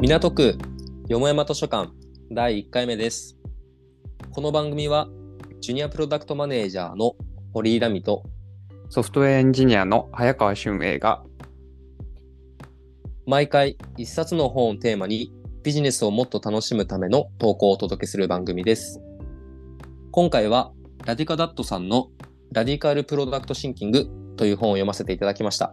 港区よもやま図書館第1回目です。この番組はジュニアプロダクトマネージャーの堀井ラミとソフトウェアエンジニアの早川俊英が毎回一冊の本をテーマにビジネスをもっと楽しむための投稿をお届けする番組です。今回はラディカダットさんのラディカルプロダクトシンキングという本を読ませていただきました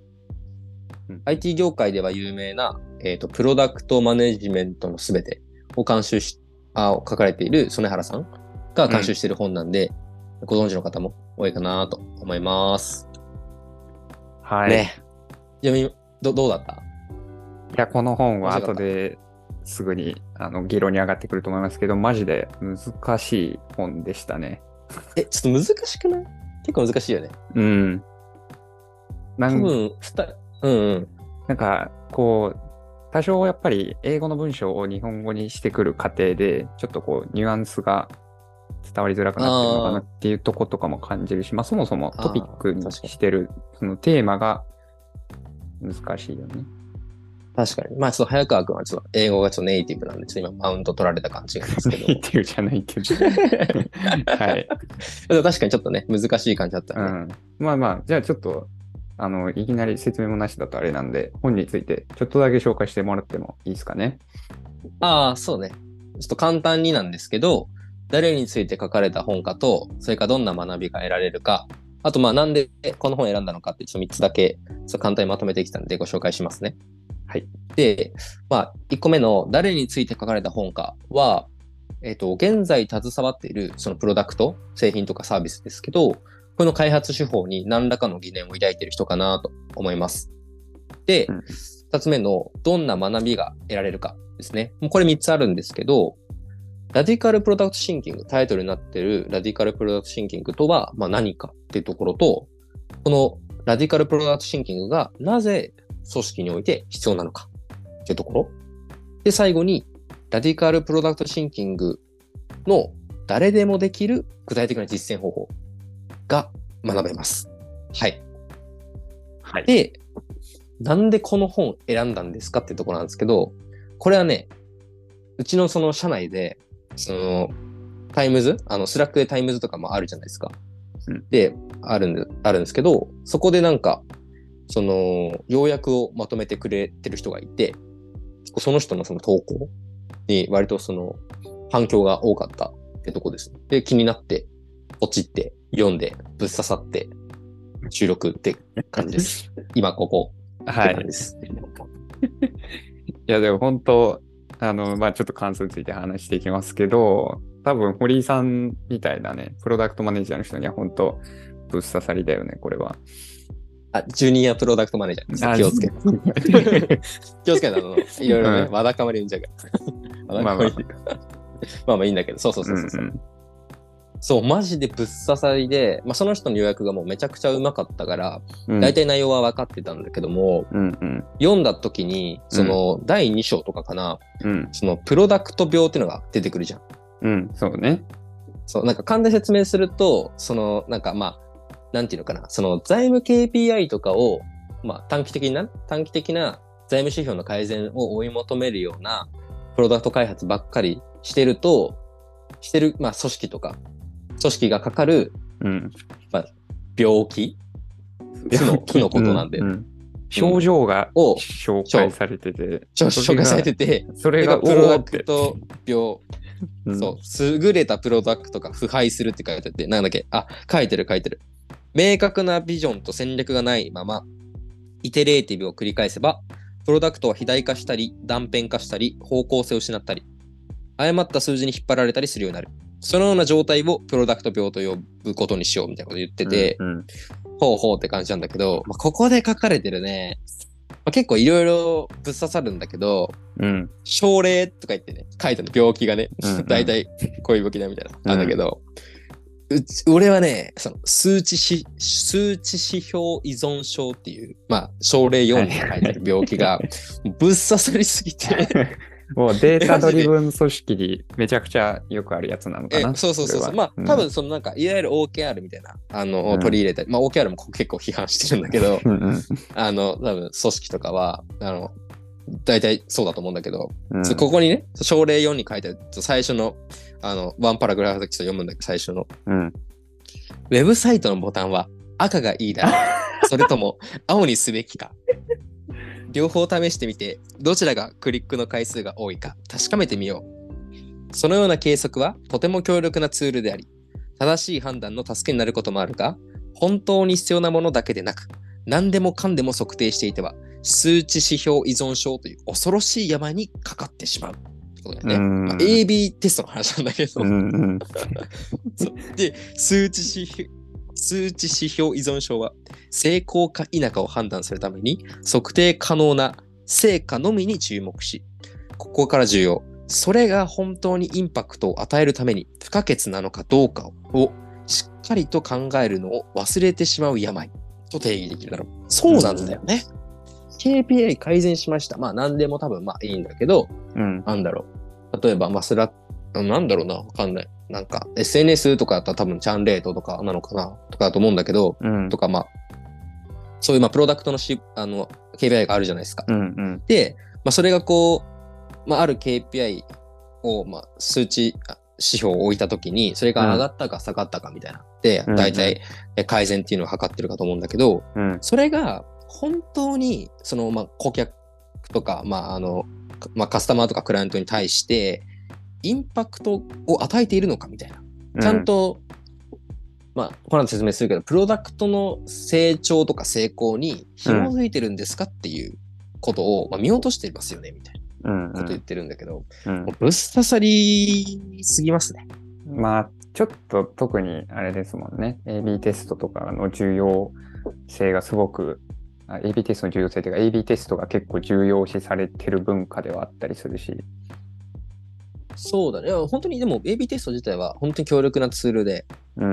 。IT 業界では有名な、プロダクトマネジメントのすべてを書かれている曽根原さんが監修している本なんで、ご存知の方も多いかなと思います。 はい。 ね。どうだった？ いや、この本は後ですぐに議論に上がってくると思いますけど、マジで難しい本でしたね。 ちょっと難しくない？結構難しいよね。 うん。 多分、 なんか、こう、多少やっぱり英語の文章を日本語にしてくる過程で、ちょっとこう、ニュアンスが伝わりづらくなってるのかなっていうとことかも感じるし、そもそもトピックにしてるそのテーマが難しいよね。 確かに。ちょっと早川君はちょっと英語がちょっとネイティブなんで、ちょっと今マウント取られた感じがしますけど。 ネイティブじゃないけど。はい。 確かにちょっとね、難しい感じだったよね。 じゃあちょっと、いきなり説明もなしだとあれなんで、本についてちょっとだけ紹介してもらってもいいですかね。 そうね。ちょっと簡単になんですけど、誰について書かれた本かと、それからどんな学びが得られるか、あとなんでこの本を選んだのかってちょっと3つだけ簡単にまとめてきたのでご紹介しますね。 はい。 で、1個目の誰について書かれた本かは、現在携わっているそのプロダクト、製品とかサービスですけど、この開発手法に何らかの疑念を抱いている人かなと思います。で、2つ目のどんな学びが得られるかですね。もうこれ3つあるんですけど、ラディカルプロダクトシンキング、タイトルになっているラディカルプロダクトシンキングとは何かっていうところと、このラディカルプロダクトシンキングがなぜ組織において必要なのかっていうところ。で、最後にラディカルプロダクトシンキングの誰でもできる具体的な実践方法が学べます。はい。 はい。 で、なんでこの本選んだんですかっていうところなんですけど、これはね、うちのその社内で、タイムズ、スラックでタイムズとかもあるじゃないですか。で、あるんですけど、そこで要約をまとめてくれてる人がいて、その人のその投稿に割と反響が多かったってとこです。で、気になって、ポチって読んで、ぶっ刺さって、収録って感じです。今ここって感じです。はい、 いや、でも本当、ちょっと感想について話していきますけど、多分堀井さんみたいなね、プロダクトマネージャーの人には本当、ぶっ刺さりだよね、これは。 ジュニアプロダクトマネージャーです。気をつけて。気をつけて、いろいろね、わだかまりんじゃが。まあいいんだけど、そう。そう、マジでぶっ刺さりで、その人の予約がもうめちゃくちゃうまかったから、大体内容は分かってたんだけども、読んだ時に、第2章とかかな、プロダクト病っていうのが出てくるじゃん。 そうね。 そう、簡単に説明すると、なんていうのかな、財務 KPI とかを、短期的な財務指標の改善を追い求めるようなプロダクト開発ばっかりしてる、組織とか、組織がかかる、病気負のことなんで。 症状が紹介されてて、それがプロダクト病。そう、優れたプロダクトが腐敗するって書いてあって、なんだっけ、書いてる。明確なビジョンと戦略がないまま、イテレーティブを繰り返せば、プロダクトは肥大化したり、断片化したり、方向性を失ったり、誤った数字に引っ張られたりするようになる。そのような状態をプロダクト病と呼ぶことにしようみたいなこと言ってて、ほうって感じなんだけど、ここで書かれてるね、結構いろいろぶっ刺さるんだけど、症例とか言ってね、書いてある病気がね、大体こういう病気だみたいな、なんだけど、俺はね、数値指標依存症っていう、症例4に書いてある病気が、ぶっ刺さりすぎて、 もうデータドリブン組織にめちゃくちゃよくあるやつなのかな。 そう。多分いわゆる OKR みたいな、取り入れたり、OKR も結構批判してるんだけど、多分組織とかは、 大体そうだと思うんだけど、 うんここにね、症例4に書いてある最初の、ワンパラグラフだけ読むんだけど、最初の。 うん。 ウェブサイトのボタンは赤がいいだろうそれとも青にすべきか。両方試してみて、どちらがクリックの回数が多いか確かめてみよう。そのような計測はとても強力なツールであり、正しい判断の助けになることもあるが、本当に必要なものだけでなく、何でもかんでも測定していては、数値指標依存症という恐ろしい病にかかってしまう。そうだよね。まあ、AB テストの話なんだけど。そうで、数値指標依存症は、成功か否かを判断するために、測定可能な成果のみに注目し、ここから重要。それが本当にインパクトを与えるために不可欠なのかどうかをしっかりと考えるのを忘れてしまう病と定義できるだろう。そうなんだよね。KPI 改善しました。まあ何でも多分まあいいんだけど、なんだろう。例えばなんだろうな、わかんない。なんか SNS とかだったら多分チャンレートとかなのかなとかだと思うんだけど、とかまあ、そういうまあプロダクトのKPI があるじゃないですか。で、まあそれがこう、まあある KPI をまあ数値指標を置いたときに、それが上がったか下がったかみたいな。で、大体改善っていうのを測ってるかと思うんだけど、それが本当にそのまあ顧客とか、まあカスタマーとかクライアントに対してインパクトを与えているのかみたいな。ちゃんと、まあ、この後説明するけど、プロダクトの成長とか成功に紐づいてるんですかっていうことを、まあ、見落としていますよねみたいなこと言ってるんだけど、もうぶっ刺さりすぎますね。 まあ、ちょっと特にあれですもんね。AB テストとかの重要性がすごく、AB テストの重要性というか、AB テストが結構重要視されてる文化ではあったりするし。 そうだね。本当にでも AB テスト自体は本当に強力なツールで、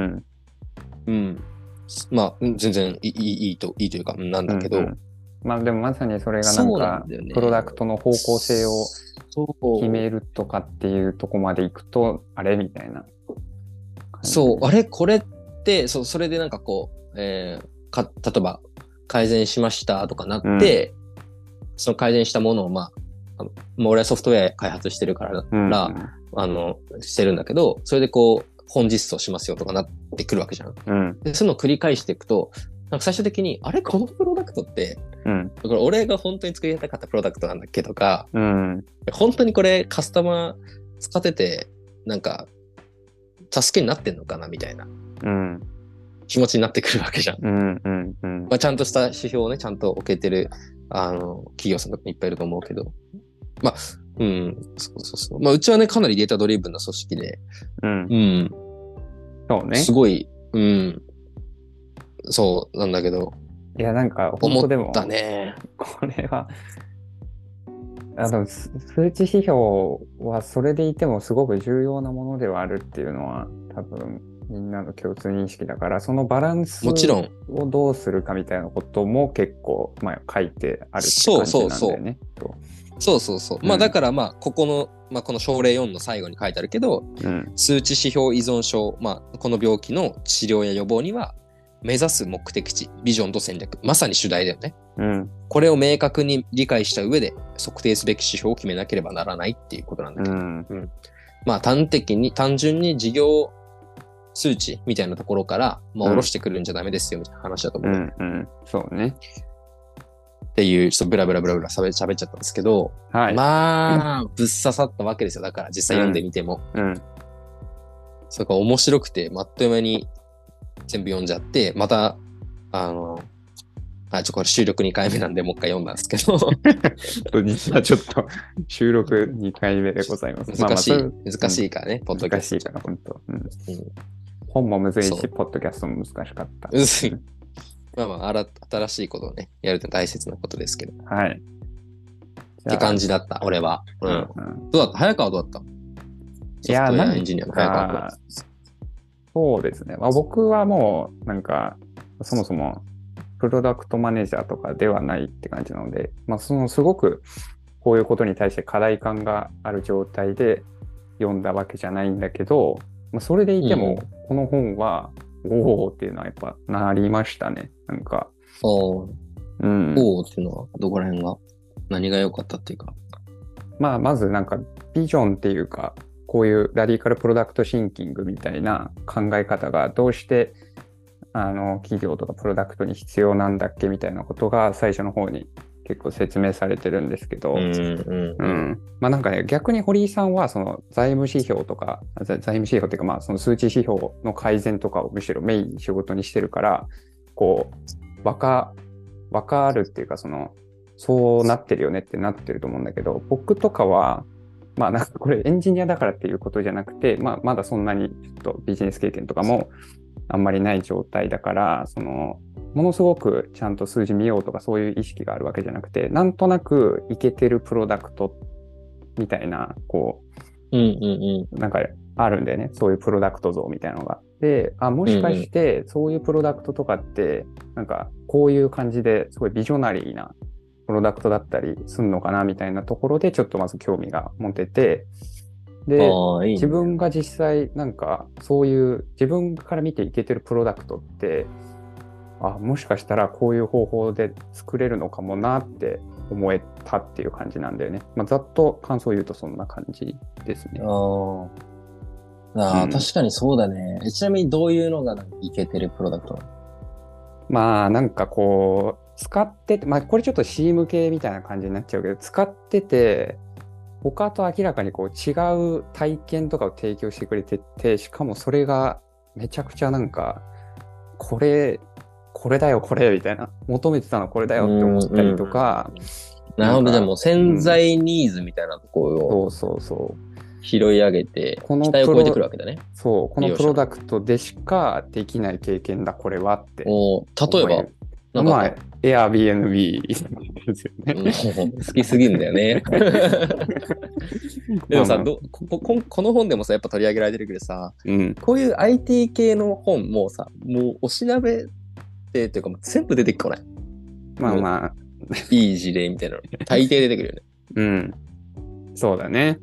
まあ全然いいというかなんだけど、 まあでもまさにそれがなんかプロダクトの方向性を決めるとかっていうとこまでいくとあれみたいな。 そうあれこれってそれでなんかこう、例えば改善しましたとかなって、その改善したものをまあもう俺はソフトウェア開発してるから、してるんだけど、それでこう、本実装しますよとかなってくるわけじゃん。で、そういうのを繰り返していくと、なんか最終的に、あれこのプロダクトって、これ俺が本当に作りたかったプロダクトなんだっけとか、本当にこれカスタマー使ってて、なんか、助けになってんのかなみたいな、気持ちになってくるわけじゃん。まあ、ちゃんとした指標をね、ちゃんと置けてる、企業さんとかいっぱいいると思うけど、まあ、そう。まあ、うちはね、かなりデータドリブンな組織で、 そうね。 すごい、そうなんだけど。 いや、なんか、本当でも、 思ったね。 これは、数値指標はそれでいてもすごく重要なものではあるっていうのは、多分、みんなの共通認識だから、そのバランスをどうするかみたいなことも結構、まあ、書いてあるって感じなんだよね。 そう。まあだからまあここの、まあ、この症例4の最後に書いてあるけど、数値指標依存症、まあこの病気の治療や予防には目指す目的地、ビジョンと戦略、まさに主題だよね。これを明確に理解した上で測定すべき指標を決めなければならないっていうことなんだけど、まあ単純に事業数値みたいなところから、まあ、下ろしてくるんじゃダメですよみたいな話だと思う。 そうね。 っていう、ちょっとブラブラ喋っちゃったんですけど、まあ、ぶっ刺さったわけですよ。だから実際読んでみても。それから面白くて、あっという間に全部読んじゃって、また、これ収録2回目なんで、もう一回読んだんですけど。 実はちょっと収録2回目でございます。 難しいからね、ポッドキャスト。 難しいから、本当。本もむずいし、ポッドキャストも難しかった。 むずい。まあ、新しいことをね、やると大切なことですけど。 はい。 って感じだった、俺は。どうだった？早川どうだった？ソフトウェアエンジニアの早川君。 そうですね。まあ、僕はもう、なんか、そもそも、プロダクトマネージャーとかではないって感じなので、まあ、すごく、こういうことに対して課題感がある状態で読んだわけじゃないんだけど、まあ、それでいても、この本は、おーっていうのはやっぱなりましたね。なんか。 おーっていうのはどこら辺が？ 何が良かったっていうか。 まあ、まずなんかビジョンっていうか、こういうラディカルプロダクトシンキングみたいな考え方がどうして企業とかプロダクトに必要なんだっけみたいなことが最初の方に結構説明されてるんですけど、まあなんかね、逆に堀井さんはその財務指標とか、財務指標っていうかまあその数値指標の改善とかをむしろメインに仕事にしてるから、こう、わかるっていうか、そうなってるよねってなってると思うんだけど、僕とかは、まあなんかこれエンジニアだからっていうことじゃなくて、まあまだそんなにちょっとビジネス経験とかもあんまりない状態だから、ものすごくちゃんと数字見ようとかそういう意識があるわけじゃなくて、なんとなくイケてるプロダクトみたいな、こう、なんかあるんだよね。そういうプロダクト像みたいなのが。で、もしかしてそういうプロダクトとかって、なんかこういう感じですごいビジョナリーなプロダクトだったりするのかなみたいなところでちょっとまず興味が持てて、で、いいね、自分が実際なんかそういう自分から見ていけてるプロダクトってもしかしたらこういう方法で作れるのかもなって思えたっていう感じなんだよね。まあ、ざっと感想を言うとそんな感じですね。 確かにそうだね。ちなみにどういうのがいけてるプロダクトなの？ まあなんかこう使ってて、まあこれちょっと C 向けみたいな感じになっちゃうけど、使ってて他と明らかにこう違う体験とかを提供してくれてて、しかもそれがめちゃくちゃなんかこれだよこれみたいな、求めてたのこれだよって思ったりとか、 なるほど、じゃあもう潜在ニーズみたいなところを拾い上げて期待を超えてくるわけだね。 そう、このプロダクトでしかできない経験だこれはって。 例えばまあ Airbnb ですよね。 好きすぎるんだよね。でもさ、この本でもさやっぱ取り上げられてるけどさ、こういう IT 系の本もさ、もうおしなべっていうか全部出てこない。 まあいい事例みたいなの大抵出てくるよね。 そうだね。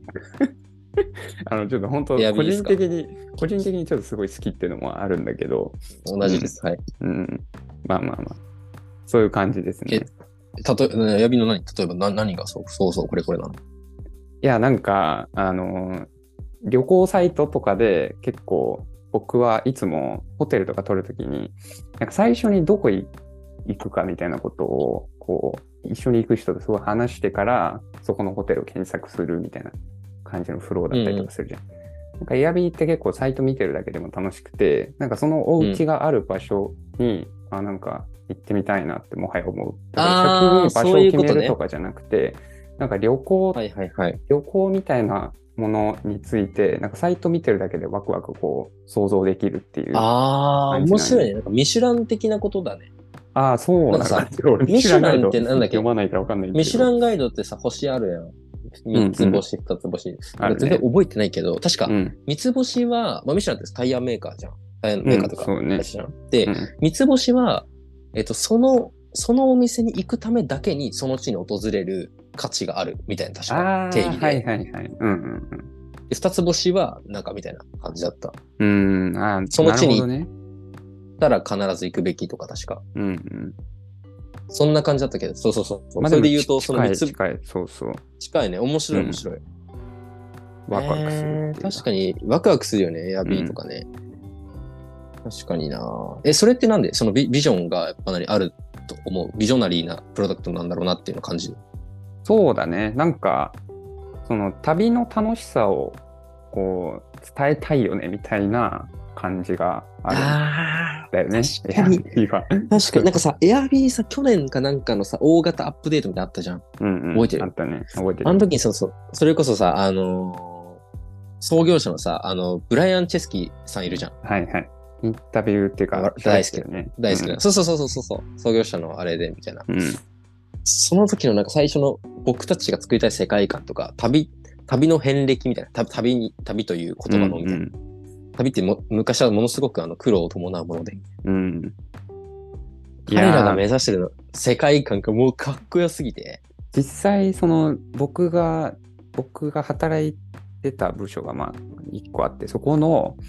ちょっと本当個人的にちょっとすごい好きっていうのもあるんだけど。 同じです。はい。 まあそういう感じですね。 ヤビの例えば何がそうこれなの？いやなんか旅行サイトとかで結構僕はいつもホテルとか取るときになんか最初にどこ行くかみたいなことをこう一緒に行く人とすごい話してからそこのホテルを検索するみたいな感じのフローだったりとかするじゃん。なんかエアビーって結構サイト見てるだけでも楽しくて、なんかそのお家がある場所に、なんか行ってみたいなってもはや思う。だから先に場所を決めるとかじゃなくて、なんか旅行みたいなものについて、なんかサイト見てるだけでワクワクこう想像できるっていう。 面白いね。なんかミシュラン的なことだね。 そうなんだ。 ミシュランってなんだっけ？ 読まないからわかんないけど。 ミシュランガイドってさ、星あるやん。3つ星、2つ星。全然覚えてないけど、確か、三つ星は、ミシュランってタイヤメーカーじゃん。タイヤメーカーとか。で、三つ星は、そのお店に行くためだけにその地に訪れる価値があるみたいな確か定義で。二つ星はなんかみたいな感じだった。その地に行ったら必ず行くべきとか確か。そんな感じだったけど、そう。それで言うと、その三つ。近いね。面白い。 ワクワクする。 確かに、ワクワクするよね。エアビーとかね。確かにな。それってなんでそのビジョンがやっぱあると思う？ビジョナリーなプロダクトなんだろうなっていうのを感じる。 そうだね。なんか、その旅の楽しさをこう伝えたいよねみたいな感じがあるんだよね。 確かになんかさ、エアビーさ、去年かなんかのさ、大型アップデートみたいなのあったじゃん。覚えてる？ あったね。覚えてる。 あの時にそれこそさ、創業者のさ、ブライアン・チェスキーさんいるじゃん。 インタビューっていうか、 大好きだね。大好きだ。そう。創業者のあれで、みたいな。その時のなんか最初の僕たちが作りたい世界観とか、旅の遍歴みたいな。旅という言葉のみたいな。旅って昔はものすごく苦労を伴うもので。彼らが目指してるの世界観がもうかっこよすぎて。 実際僕が働いてた部署が1個あって、そこの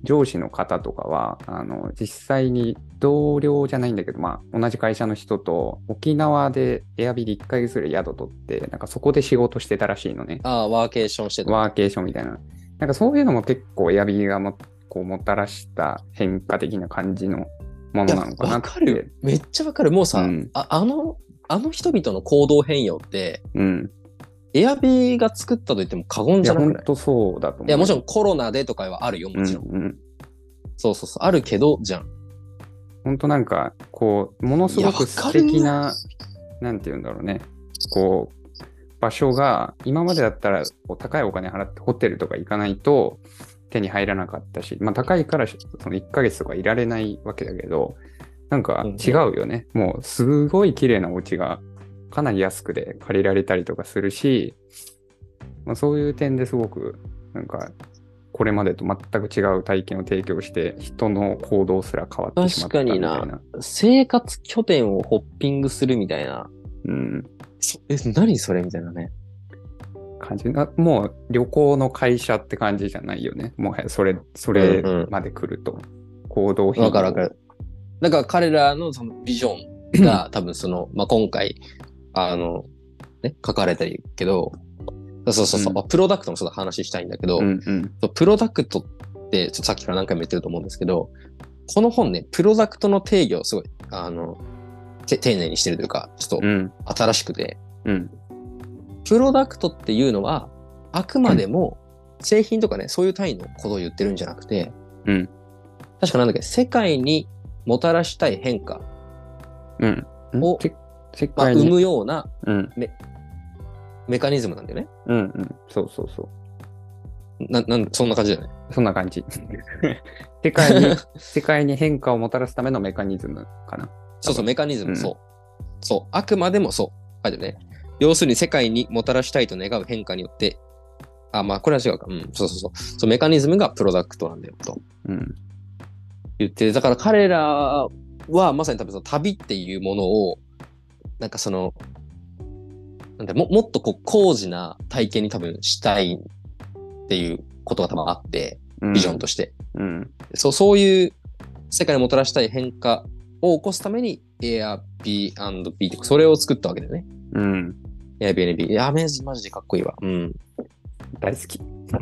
上司の方とかは、実際に同僚じゃないんだけど、まあ、同じ会社の人と沖縄でエアビで1ヶ月ぐらい宿取って、なんかそこで仕事してたらしいのね。 ああ、ワーケーションしてた。 ワーケーションみたいな。なんかそういうのも結構エアビがこうもたらした変化的な感じのものなのかなって。 わかる。めっちゃわかる。もうさ、あの人々の行動変容って、エアビーが作ったと言っても過言じゃなくない？いや、 本当そうだと思う。 いや、もちろんコロナでとかはあるよ、もちろん。そうそうそう、あるけど、じゃん。 本当なんか、こう、ものすごく素敵な、なんて言うんだろうね。こう、場所が、今までだったら高いお金払ってホテルとか行かないと手に入らなかったし、まあ高いからその1ヶ月とかいられないわけだけど、なんか違うよね。もうすごい綺麗なお家がかなり安くで借りられたりとかするし、まあ、そういう点ですごくなんかこれまでと全く違う体験を提供して人の行動すら変わってしまったみたいな。 確かにな。生活拠点をホッピングするみたいな。何それみたいなね。 感じが、もう旅行の会社って感じじゃないよね。もはやそれまで来ると。行動変容。 わかるわかる。だから彼らのそのビジョンが多分その、まあ、今回、書かれてるけど、そう、プロダクトの話したいんだけど、プロダクトってちょっとさっきから何回も言ってると思うんですけど、この本ね、プロダクトの定義をすごい、丁寧にしてるというか、ちょっと新しくて、プロダクトっていうのは、あくまでも製品とかね、そういう単位のことを言ってるんじゃなくて、確かなんだっけ、世界にもたらしたい変化を、生むようなメカニズムなんだよね。 そう。 そんな感じだよね。 そんな感じ。世界に変化をもたらすためのメカニズムかな。 そう、メカニズム、そう。あくまでもそう。書いてるね。要するに世界にもたらしたいと願う変化によって、まあこれは違うか。そう、メカニズムがプロダクトなんだよ、と。言って、だから彼らはまさに多分その旅っていうものを、なんかその、もっとこう高次な体験に多分したいっていうことが多分あって、ビジョンとして。そういう世界にもたらしたい変化を起こすために Airbnb ってそれを作ったわけだよね。Airbnb。いや、マジでかっこいいわ。 大好き。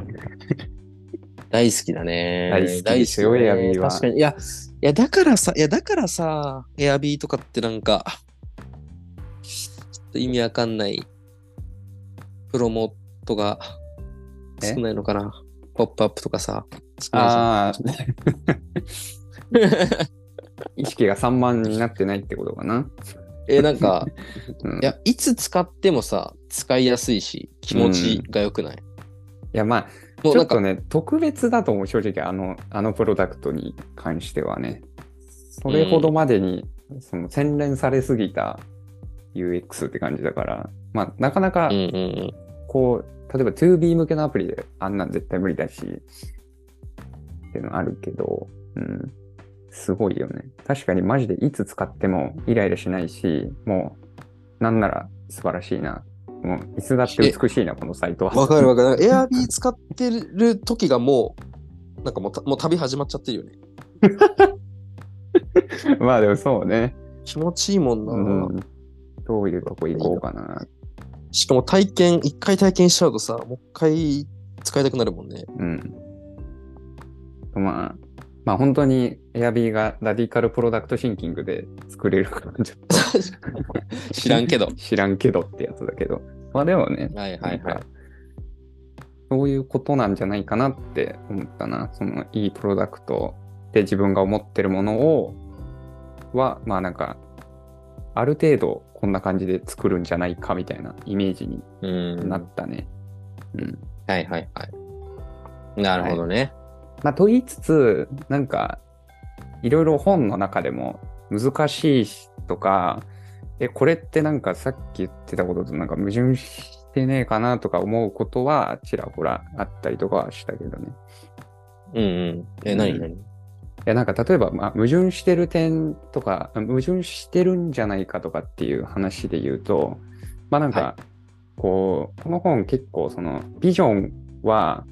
大好きだね。 大好きですよ、Airbnb は。 確かに。いや、だからさ、Airbnb とかってなんか、ちょっと意味わかんないプロモートが少ないのかな。ポップアップとかさ。 意識が散漫になってないってことかな。 なんか、いや、いつ使ってもさ、使いやすいし、気持ちが良くない？ いや、まあ、ちょっとね、特別だと思う、正直、あのプロダクトに関してはね。それほどまでに、その洗練されすぎた UX って感じだから、まあ、なかなか、こう、例えば 2B 向けのアプリであんなん絶対無理だし、っていうのあるけど、すごいよね。確かにマジでいつ使ってもイライラしないし、もう、なんなら素晴らしいな。もう、いつだって美しいな、このサイトは。 わかる。Airb 使ってる時がもう、なんかもう旅始まっちゃってるよね。 まあでもそうね。 気持ちいいもんな。 どういうとこ行こうかな。 しかも一回体験しちゃうとさ、もう一回使いたくなるもんね。 まあ本当に Airb がラディカルプロダクトシンキングで作れるからちょっと知らんけどってやつだけど、まあでもね、そういうことなんじゃないかなって思ったな。そのいいプロダクトで自分が思ってるものはまあなんかある程度こんな感じで作るんじゃないかみたいなイメージになったね。 なるほどね。 まあ、と言いつつ、なんか、いろいろ本の中でも難しいとか、これってなんかさっき言ってたこととなんか矛盾してねえかなとか思うことはちらほらあったりとかはしたけどね。 何いや、なんか例えば、まあ、矛盾してる点とか、矛盾してるんじゃないかとかっていう話で言うと、まあなんか、この本結構そのビジョンは、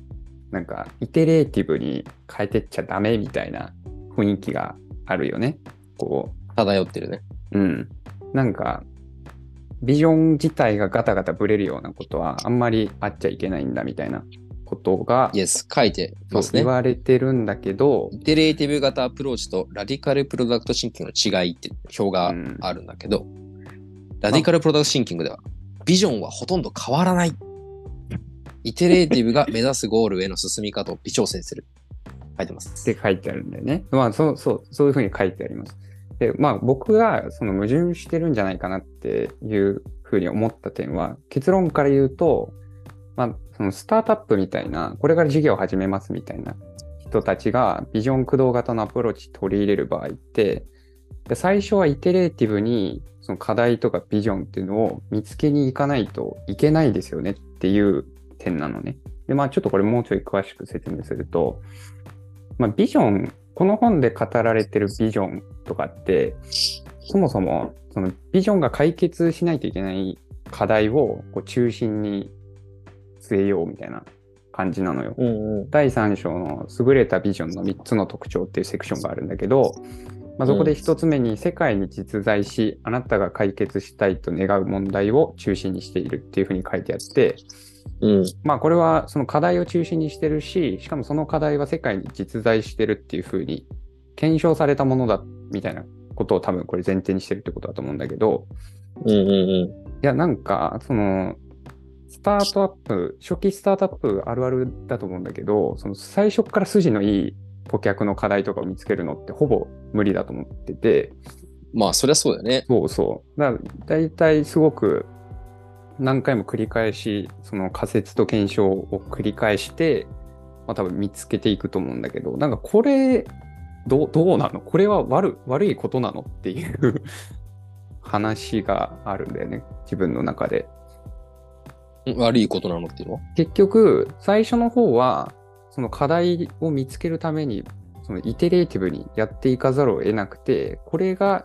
なんかイテレーティブに変えてっちゃダメみたいな雰囲気があるよね。こ漂ってるね。 う、なんかビジョン自体がガタガタブレるようなことはあんまりあっちゃいけないんだみたいなことが、 イエス、書いてますね。 そう言われてるんだけど、 イテレーティブ型アプローチとラディカルプロダクトシンキングの違いって表があるんだけど、ラディカルプロダクトシンキングでは、ビジョンはほとんど変わらない。イテレーティブが目指すゴールへの進み方を微調整する。書いてます。 って書いてあるんだよね。まあそういうふうに書いてあります。で、まあ僕がその矛盾してるんじゃないかなっていうふうに思った点は、結論から言うと、まあそのスタートアップみたいな、これから事業を始めますみたいな人たちがビジョン駆動型のアプローチ取り入れる場合って、で最初はイテレーティブにその課題とかビジョンっていうのを見つけに行かないといけないですよねっていう点なのね。で、まあちょっとこれもうちょい詳しく説明すると、まあビジョン、この本で語られてるビジョンとかって、そもそもそのビジョンが解決しないといけない課題をこう中心に据えようみたいな感じなのよ。第3章の優れたビジョンの3つの特徴っていうセクションがあるんだけど、まあ、そこで1つ目に世界に実在し、あなたが解決したいと願う問題を中心にしているっていうふうに書いてあって、まあこれはその課題を中心にしてるし、しかもその課題は世界に実在してるっていうふうに検証されたものだみたいなことを多分これ前提にしてるってことだと思うんだけど、いやなんかそのスタートアップ、初期スタートアップあるあるだと思うんだけど、その最初から筋のいい顧客の課題とかを見つけるのってほぼ無理だと思ってて。 まあそりゃそうだよね。 そうそう。だいたいすごく何回も繰り返し、その仮説と検証を繰り返して、まあ多分見つけていくと思うんだけど、なんかこれ、どうなの？これは悪いことなのっていう話があるんだよね。自分の中で。 悪いことなのっていうのは結局、最初の方は、その課題を見つけるために、そのイテレーティブにやっていかざるを得なくて、これが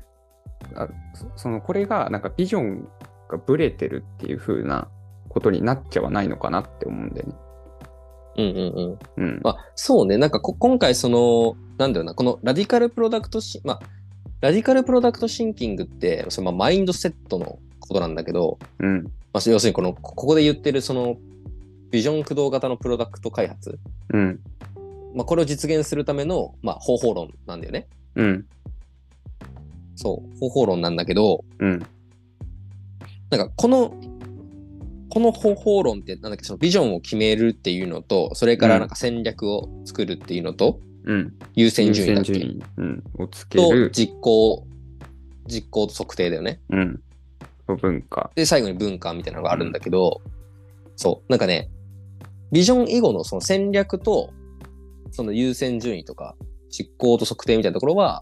なんかビジョンがブレてるっていう風なことになっちゃわないのかなって思うんだよね。 まあそうね。なんか今回なんだよな、このラディカルプロダクトラディカルプロダクトシンキングって、マインドセットのことなんだけど、まあ、要するにここで言ってるビジョン駆動型のプロダクト開発、まあ、これを実現するための、まあ、方法論なんだよね。そう、方法論なんだけど、なんかこの方法論ってなんだっけ、そのビジョンを決めるっていうのと、それからなんか戦略を作るっていうのと、優先順位だっけ、 をつけると実行と測定だよね。 文化で最後に文化みたいなのがあるんだけど、そうなんかね、ビジョン以後のその戦略とその優先順位とか実行と測定みたいなところは、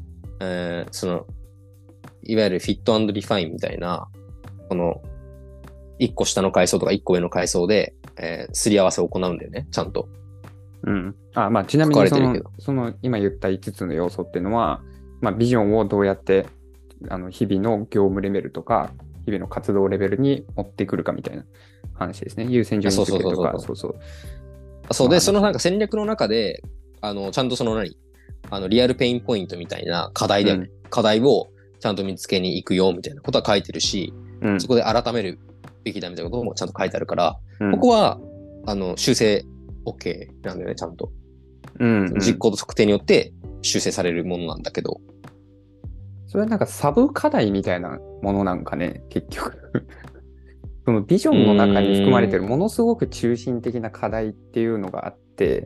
いわゆるフィット&リファインみたいな、この1個下の階層とか1個上の階層で、すり合わせを行うんだよね、ちゃんと。 まあちなみにその今言った5つの要素っていうのは、まあ、ビジョンをどうやって日々の業務レベルとか日々の活動レベルに持ってくるかみたいな話ですね。優先順位付けとか、 そうで、そのなんか戦略の中でちゃんとリアルペインポイントみたいな課題だよね、課題をちゃんと見つけに行くよみたいなことは書いてるし、そこで改めるべきだみたいなこともちゃんと書いてあるから、ここは修正 OK なんだよね、ちゃんと。実行と測定によって修正されるものなんだけど。 それはなんかサブ課題みたいなものなんかね、結局。そのビジョンの中に含まれてるものすごく中心的な課題っていうのがあって、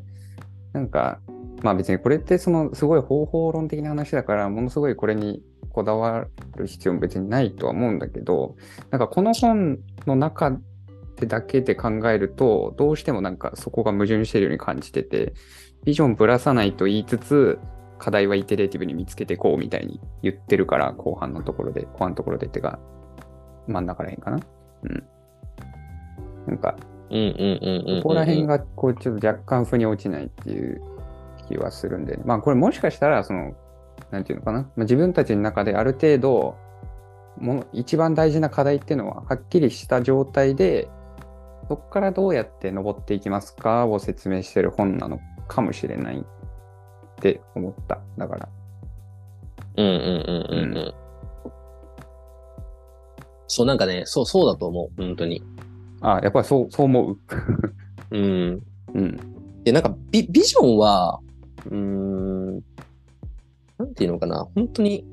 なんか、まあ別にこれってすごい方法論的な話だから、ものすごいこれにこだわる必要も別にないとは思うんだけど、なんかこの本の中でだけで考えると、どうしてもなんかそこが矛盾しているように感じてて、ビジョンぶらさないと言いつつ、課題はイテレーティブに見つけていこうみたいに言ってるから、後半のところでってか、真ん中らへんかな。なんか、ここら辺がこうちょっと若干腑に落ちないっていう気はするんで、まあこれもしかしたらなんていうのかな、まあ、自分たちの中である程度一番大事な課題っていうのははっきりした状態でそこからどうやって登っていきますかを説明してる本なのかもしれないって思った。だから。 うんうんうんうんうん。そう、なんかね、そうだと思う。本当に。 あ、やっぱりそう思う。 うん。 うん。 で、なんかビジョンは、なんていうのかな。本当に、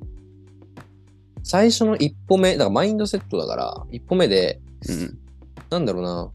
最初の一歩目、だからマインドセットだから、一歩目で、 うん。 なんだろうな。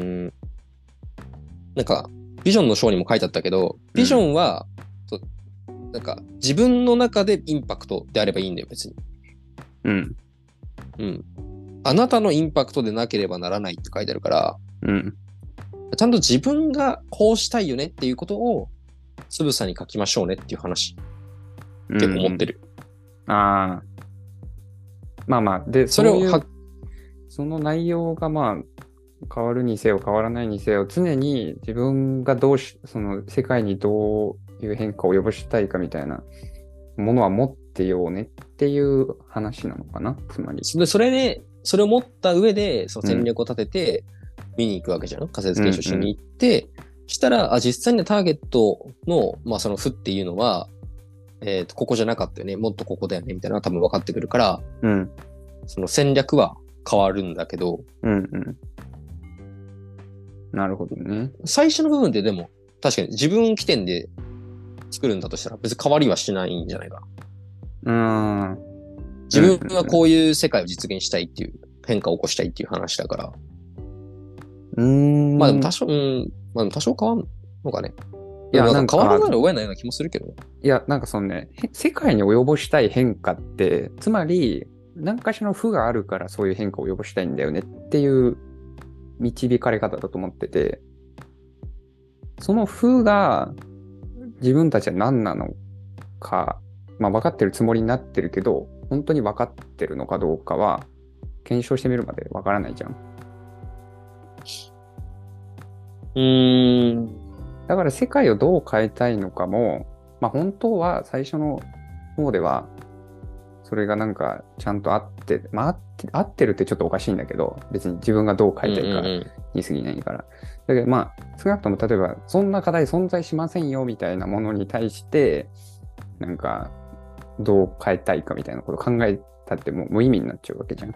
なんか、ビジョンの章にも書いてあったけど、ビジョンは、そうなんか、自分の中でインパクトであればいいんだよ、別に。 うん。 うん。あなたのインパクトでなければならないって書いてあるから、 うん。 ちゃんと自分がこうしたいよねっていうことを、つぶさに書きましょうねっていう話って思ってる。 ああ。まあまあ、で、 それをその内容がまあ、変わるにせよ変わらないにせよ、常に自分がその世界にどういう変化を及ぼしたいかみたいなものは持ってようねっていう話なのかな、つまり。 それで、それを持った上で、その戦略を立てて、見に行くわけじゃん。仮説検証しに行って、したら、実際にターゲットの、まあその負っていうのは、ここじゃなかったよね。もっとここだよね。みたいなのが多分分かってくるから、その戦略は変わるんだけど、 なるほどね。 最初の部分ってでも、確かに自分起点で作るんだとしたら別に変わりはしないんじゃないかな。自分はこういう世界を実現したいっていう、変化を起こしたいっていう話だから。まあでも多少、まあでも多少変わんのかね。いや、なんか変わらざるを得ないような気もするけどね。 いや、なんかそのね、世界に及ぼしたい変化って、つまり、何かしらの負があるからそういう変化を及ぼしたいんだよねっていう導かれ方だと思ってて、その負が自分たちは何なのか、まあ分かってるつもりになってるけど、本当に分かってるのかどうかは、検証してみるまで分からないじゃん。だから世界をどう変えたいのかも、まあ本当は最初の方では、それがなんかちゃんと合ってるってちょっとおかしいんだけど、別に自分がどう変えたいかに過ぎないから。だけどまあ、少なくとも例えば、そんな課題存在しませんよみたいなものに対して、なんか、どう変えたいかみたいなことを考えたってもう無意味になっちゃうわけじゃん。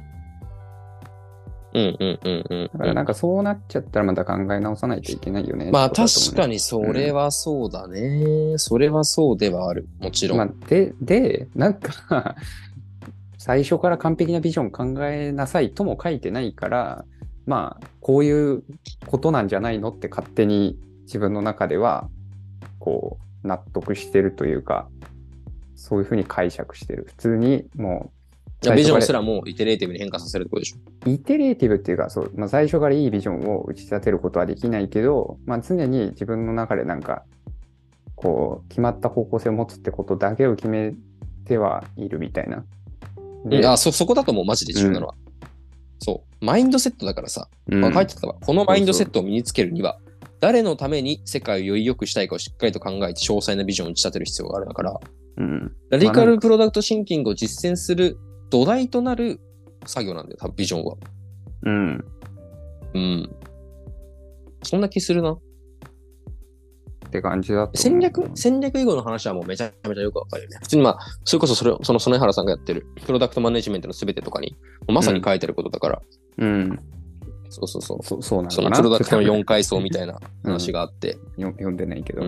だからなんかそうなっちゃったらまた考え直さないといけないよね。 まあ確かにそれはそうだね。それはそうではある。もちろん。まあ、 なんか最初から完璧なビジョン考えなさいとも書いてないから、まあこういうことなんじゃないのって勝手に自分の中ではこう納得してるというか、そういうふうに解釈してる。普通にもうビジョンすらもイテレーティブに変化させるってことでしょ。 イテレーティブっていうか、そう、まあ、最初からいいビジョンを打ち立てることはできないけど、まあ、常に自分の中でなんか、こう、決まった方向性を持つってことだけを決めてはいるみたいな。 そこだともうマジで重要なのは。そう。マインドセットだからさ、書いてたわ。このマインドセットを身につけるには、誰のために世界をより良くしたいかをしっかりと考えて詳細なビジョンを打ち立てる必要があるだから、ラディカルプロダクトシンキングを実践する土台となる作業なんだよ、多分ビジョンは。そんな気するな。 って感じだと。 戦略以後の話はもうめちゃめちゃよくわかるよね。普通にまあ、それこそその曽根原さんがやってるプロダクトマネジメントのすべてとかに、まさに書いてることだから。そうなのかな。そのプロダクトの4階層みたいな話があって。 読んでないけど。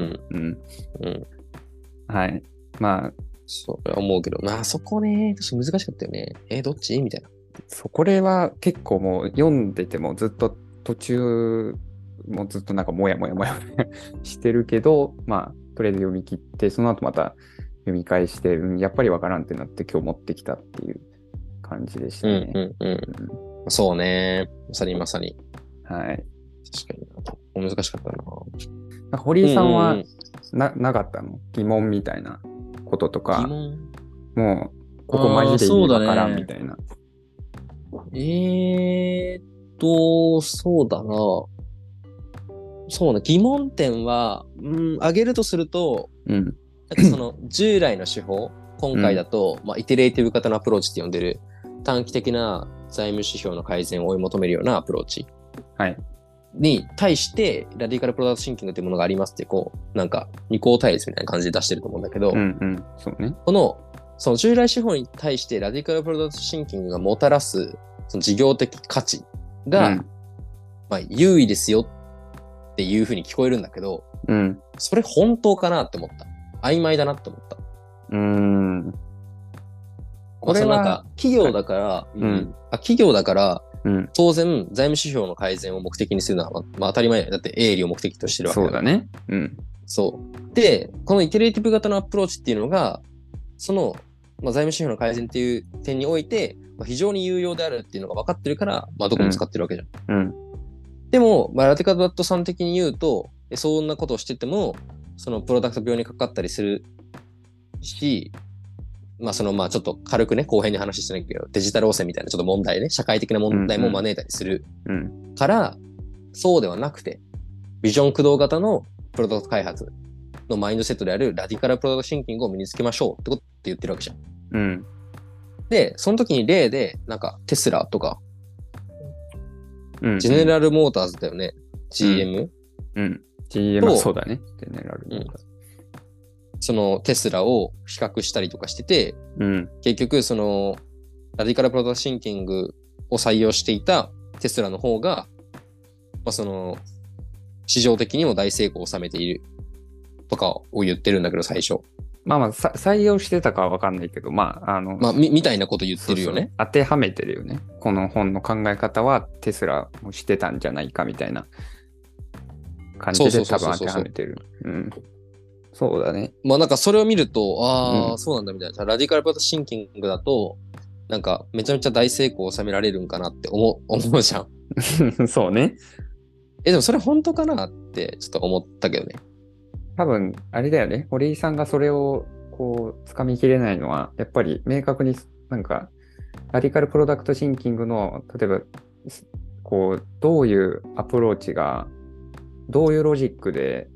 はい。まあ。 そう思うけど、まあそこね、確か難しかったよね。どっちみたいな。 これは結構もう読んでてもずっと途中もずっとなんかもやもやしてるけど、まあとりあえず読み切って、その後また読み返して、やっぱりわからんってなって今日持ってきたっていう感じでしたね。 そうね。まさに。 はい。 確かに難しかったな。堀井さんはなかったの？疑問みたいなこととか、もうここマジで意味わからんみたいな。 そうだな。そうね、疑問点は、挙げるとすると、なんかその従来の手法、今回だと、まあ、イテレーティブ型のアプローチって呼んでる短期的な財務指標の改善を追い求めるようなアプローチ。 はい。 に対してラディカルプロダクトシンキングというものがありますって、こう、なんか二項対立みたいな感じで出してると思うんだけど、 うんうん。そうね。 その従来手法に対してラディカルプロダクトシンキングがもたらすその事業的価値が、まあ優位ですよっていうふうに聞こえるんだけど、それ本当かなって思った。曖昧だなって思った。これはなんか企業だから、企業だから、当然財務指標の改善を目的にするのは、まあ当たり前だって営利を目的としてるわけだ。 そうだね。 そう。で、このイテレーティブ型のアプローチっていうのが、その、財務指標の改善っていう点において、非常に有用であるっていうのが分かってるから、どこも使ってるわけじゃん。でも、ラテカダットさん的に言うと、そんなことをしてても、そのプロダクト病にかかったりするし、ちょっと軽くね、後編に話してないけど、デジタル汚染みたいなちょっと問題ね、社会的な問題も招いたりするから、そうではなくて、ビジョン駆動型のプロダクト開発のマインドセットであるラディカルプロダクトシンキングを身につけましょうってことって言ってるわけじゃん。で、その時に例で、なんかテスラとか、ジェネラルモーターズだよね。GM？ GM はそうだね。ジェネラルモーターズ。 そのテスラを比較したりとかしてて、結局そのラディカルプロダクトシンキングを採用していたテスラの方が、その市場的にも大成功を収めているとかを言ってるんだけど、最初。 採用してたかは分かんないけど、 みたいなこと言ってるよね。 そう当てはめてるよね。この本の考え方はテスラもしてたんじゃないかみたいな感じで多分当てはめてる。そうだね。 なんかそれを見ると、そうなんだみたいな。ラディカルプロダクトシンキングだと、なんかめちゃめちゃ大成功を収められるんかなって思うじゃん。そうね。 でもそれ本当かなってちょっと思ったけどね。 多分、あれだよね。堀井さんがそれをこう、掴みきれないのは、やっぱり明確になんか、ラディカルプロダクトシンキングの、例えば、こう、どういうアプローチが、どういうロジックで、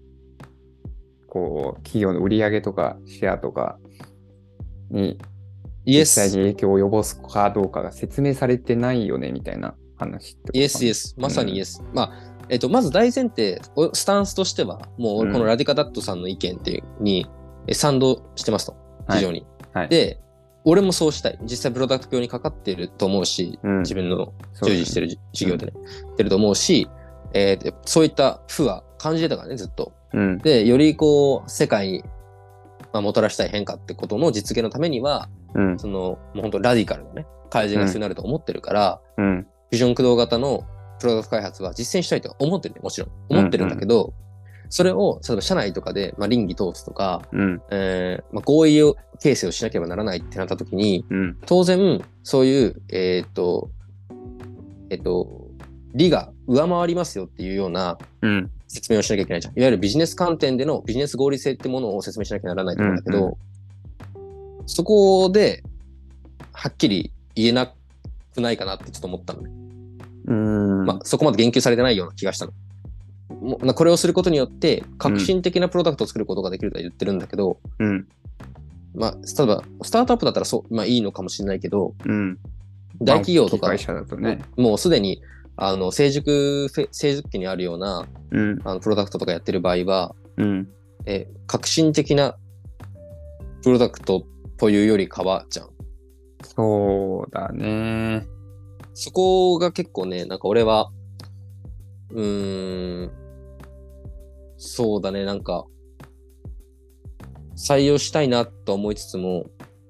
こう、企業の売り上げとかシェアとかに実際に影響を及ぼすかどうかが説明されてないよねみたいな話ってことかな。 イエス、まさにイエス。まず大前提、スタンスとしては、もうこのラディカダットさんの意見ってに賛同してますと、非常に。で、俺もそうしたい。実際プロダクト病にかかってると思うし、自分の従事してる事業でね、ってると思うし、そういった負は感じてたからね、ずっと。で、よりこう、世界に、もたらしたい変化ってことの実現のためには、その、もう本当ラディカルなね、改善が必要になると思ってるから、ビジョン駆動型のプロダクト開発は実践したいと思ってるね、もちろん。思ってるんだけど、それを、例えば社内とかで、倫理通すとか、合意を形成をしなければならないってなった時に、当然、そういう、利が上回りますよっていうような説明をしなきゃいけないじゃん。いわゆるビジネス観点でのビジネス合理性ってものを説明しなきゃならないと思うんだけど、そこではっきり言えなくないかなってちょっと思ったのね。そこまで言及されてないような気がしたの。これをすることによって革新的なプロダクトを作ることができるとは言ってるんだけど、例えばスタートアップだったらいいのかもしれないけど、大企業とか、もうすでに成熟期にあるような、プロダクトとかやってる場合は、革新的なプロダクトというよりかはじゃん。 そうだね。 そこが結構ね、なんか俺は、そうだね、なんか、採用したいなと思いつつも、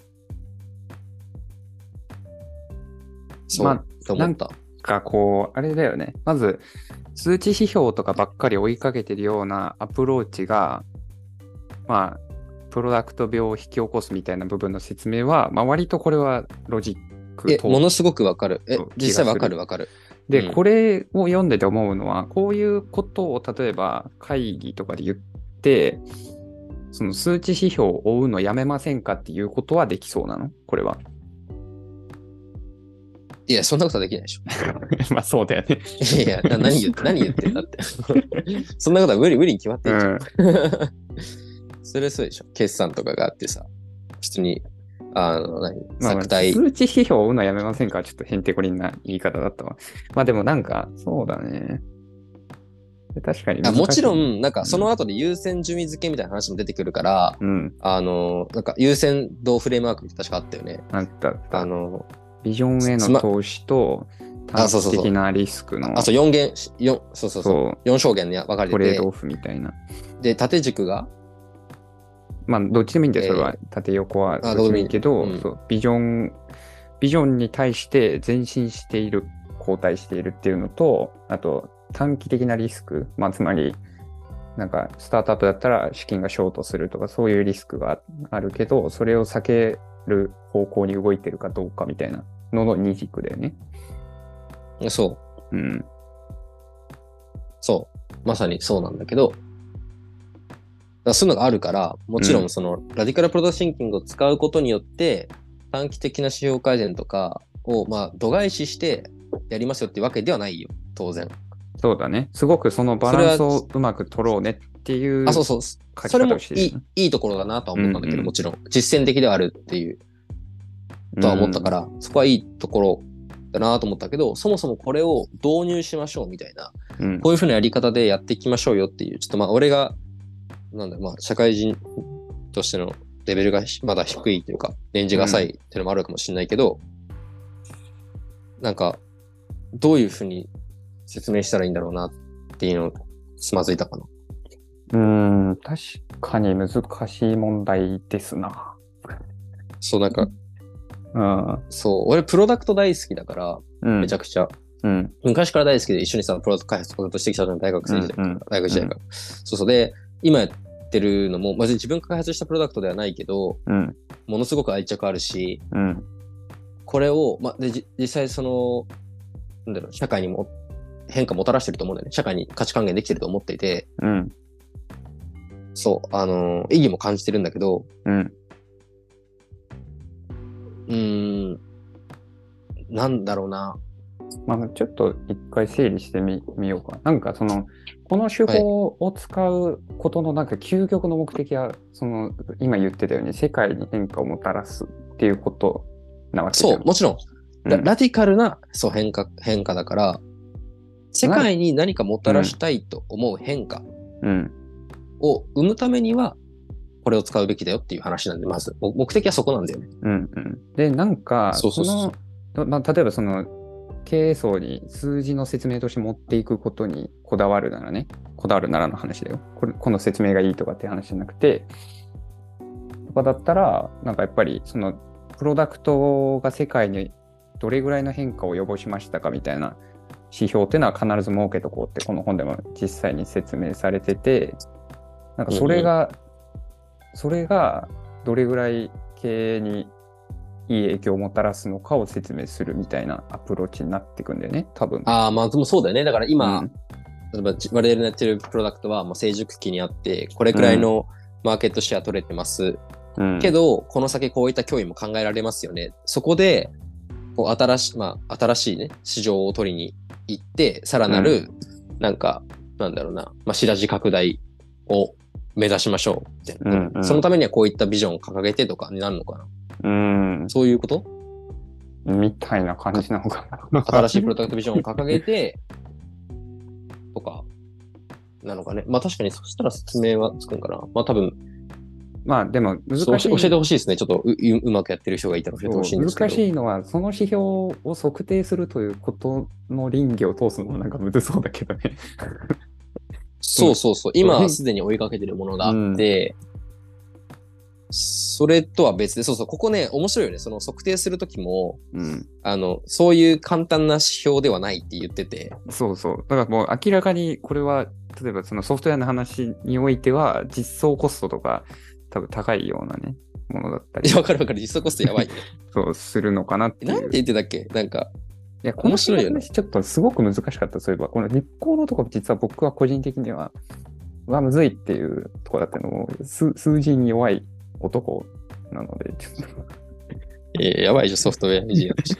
そうと思った。 あれだよね。まず、数値指標とかばっかり追いかけてるようなアプローチが、プロダクト病を引き起こすみたいな部分の説明は、割とこれはロジックと。 ものすごくわかる。実際わかる。 で、これを読んでて思うのは、こういうことを例えば会議とかで言って、その数値指標を追うのやめませんかっていうことはできそうなの？これは。 いや、そんなことはできないでしょ。 そうだよね。 いや、何言ってんだって。そんなことは無理に決まってるじゃん。それそうでしょ。決算とかがあってさ、普通にまあ、 作体。 数値指標を追うのはやめませんか？ちょっとへんてこりんな言い方だったわ。まあでもなんか、そうだね。確かに難しい。 もちろん、なんかそうん。 の後で優先順位付けみたいな話も出てくるから、 うん。 なんか優先度フレームワークって確かあったよね。 あったあった。 あの、 ビジョンへの投資と短そうそうそう。 期的なリスクの、 そう、4弦、そうそうそう。 そう、 4象限に分かれてて、 トレードオフみたいな。 で、縦軸が、 まあ、どっちでもいいんだよ、それは。 え縦横はどっちでもいいどうでもいい。 けど、 うん。 そう、ビジョンに対して前進している、後退しているっていうのと、あと、短期的なリスク、まあ、つまり、なんか、スタートアップだったら資金がショートするとか、そういうリスクがあるけど、それを避ける方向に動いてるかどうかみたいなのの二軸だよね。 そうん。 う。そう。まさにそうなんだけど、そういうのがあるから、もちろんその、ラディカルプロダクトシンキングを使うことによって、短期的な指標改善とかを、まあ、度外視してやりますよっていうわけではないよ。当然。 そうだね。すごくそのバそれは、 ランスをうまく取ろうねっていうそうそう。 書きそれも方をしてるよね。 いいところだなとは思ったんだけど、 うんうんもちろん。実践的ではあるっていう、とは思ったから、そこはいいところだなと思ったけど、そもそもこれを導入しましょうみたいな、こういうふうなやり方でやっていきましょうよっていう、ちょっとまあ、俺が、まあ、社会人としてのレベルがまだ低いというか、年次が浅いっていうのもあるかもしれないけど、なんか、どういうふうに説明したらいいんだろうなっていうのをつまずいたかな。 確かに難しい問題ですな。 そう、なんか、 うん。 そう、俺プロダクト大好きだから、めちゃくちゃ。昔から大好きで一緒にさ、プロダクト開発としてきたの大学生時代から、大学時代から。そうそう。で、今やってるのも、まず自分が開発したプロダクトではないけど、ものすごく愛着あるし、これを、実際その、社会にも変化もたらしてると思うんだよね。社会に価値還元できてると思っていて、そう、意義も感じてるんだけど、なんだろうな。 まあ、ちょっと一回整理してみようか。なんかこの手法を使うことのなんか究極の目的は、今言ってたように世界に変化をもたらすっていうことなわけじゃん。 そう、もちろん。ラディカルな、そう、変化だから、世界に何かもたらしたいと思う変化を生むためには、これを使うべきだよっていう話なんで、まず、目的はそこなんだよね。 で、なんか、 そう例えば経営層に数字の説明として持っていくことにこだわるならの話だよ。この説明がいいとかっていう話じゃなくて、とかだったら、なんかやっぱりプロダクトが世界にどれぐらいの変化を及ぼしましたかみたいな指標っていうのは必ず設けとこうってこの本でも実際に説明されてて、なんかそれがどれぐらい経営にいい影響をもたらすのかを説明するみたいなアプローチになっていくんだよね、多分。 まあでもそうだよね。だから今、例えば我々のやってるプロダクトはもう成熟期にあって、これくらいのマーケットシェア取れてます。けど、この先こういった脅威も考えられますよね。そこで、こう新しいね、市場を取りに行って、さらなる、白地拡大を目指しましょうって、そのためにはこういったビジョンを掲げてとかになるのかな。そういうことみたいな感じなのかな。新しいプロダクトビジョンを掲げて、とか、なのかね。まあ確かにそしたら説明はつくんかな。まあ多分。 まあでも難しい。 教えてほしいですね。ちょっとうまくやってる人がいたら教えてほしいんですけど。 難しいのは、その指標を測定するということの倫理を通すのもなんかむずそうだけどね。 そう。今すでに追いかけてるものがあって、それとは別で、ここね、面白いよね。その測定するときも、そういう簡単な指標ではないって言ってて。 そう。だからもう明らかにこれは、例えばそのソフトウェアの話においては、実装コストとか多分高いようなね、ものだったり。 わかる。実装コストやばい。 そうするのかなっていう。 なんて言ってたっけいや、この話ちょっとすごく難しかった。そういえば、この日光のところ実は僕は個人的には、むずいっていうところだったのも、数字に弱い男なので、ちょっと。やばいじゃん、ソフトウェアエンジニアとして。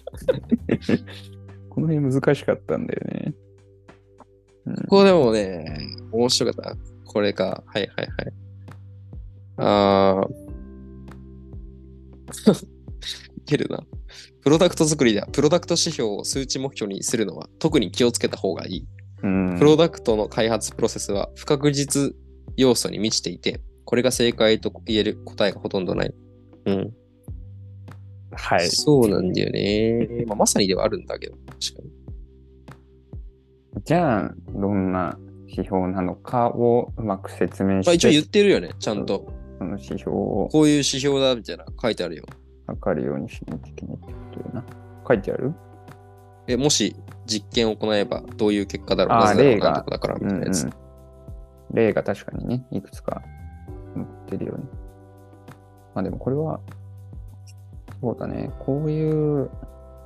この辺難しかったんだよね。 ここでもね、面白かった。これか。はい。 いけるな。プロダクト作りでは、プロダクト指標を数値目標にするのは特に気をつけた方がいい。プロダクトの開発プロセスは不確実要素に満ちていて、これが正解と言える答えがほとんどない。うん。 はい。 そうなんだよね。まさにではあるんだけど、確かに。 じゃあ、どんな指標なのかをうまく説明して。 一応言ってるよね、ちゃんと。 その指標を。 こういう指標だみたいな書いてあるよ。 測るようにしないといけないってことよな。書いてある？ もし実験を行えばどういう結果だろう、なぜだろうなとかだからみたいなやつ。 例が確かにね、いくつか載ってるよね。まあでもこれは、そうだね、こういう、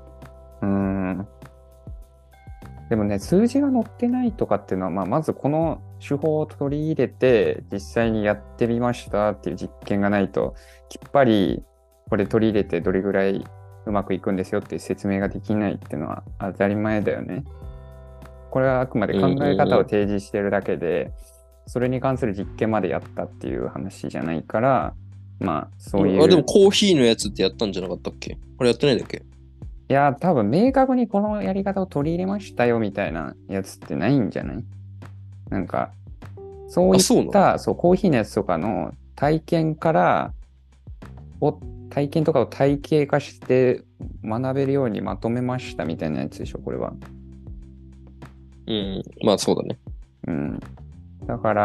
でもね、数字が載ってないとかっていうのは、まずこの手法を取り入れて、実際にやってみましたっていう実験がないと、きっぱりこれ取り入れてどれぐらいうまくいくんですよっていう説明ができないっていうのは当たり前だよね。これはあくまで考え方を提示してるだけで、それに関する実験までやったっていう話じゃないから、そういう。 でもコーヒーのやつってやったんじゃなかったっけ？これやってないんだっけ？ いや、多分明確にこのやり方を取り入れましたよみたいなやつってないんじゃない？なんか、そういった、コーヒーのやつとかの体験とかを体系化して学べるようにまとめましたみたいなやつでしょ、これは。 そうだね。 だから、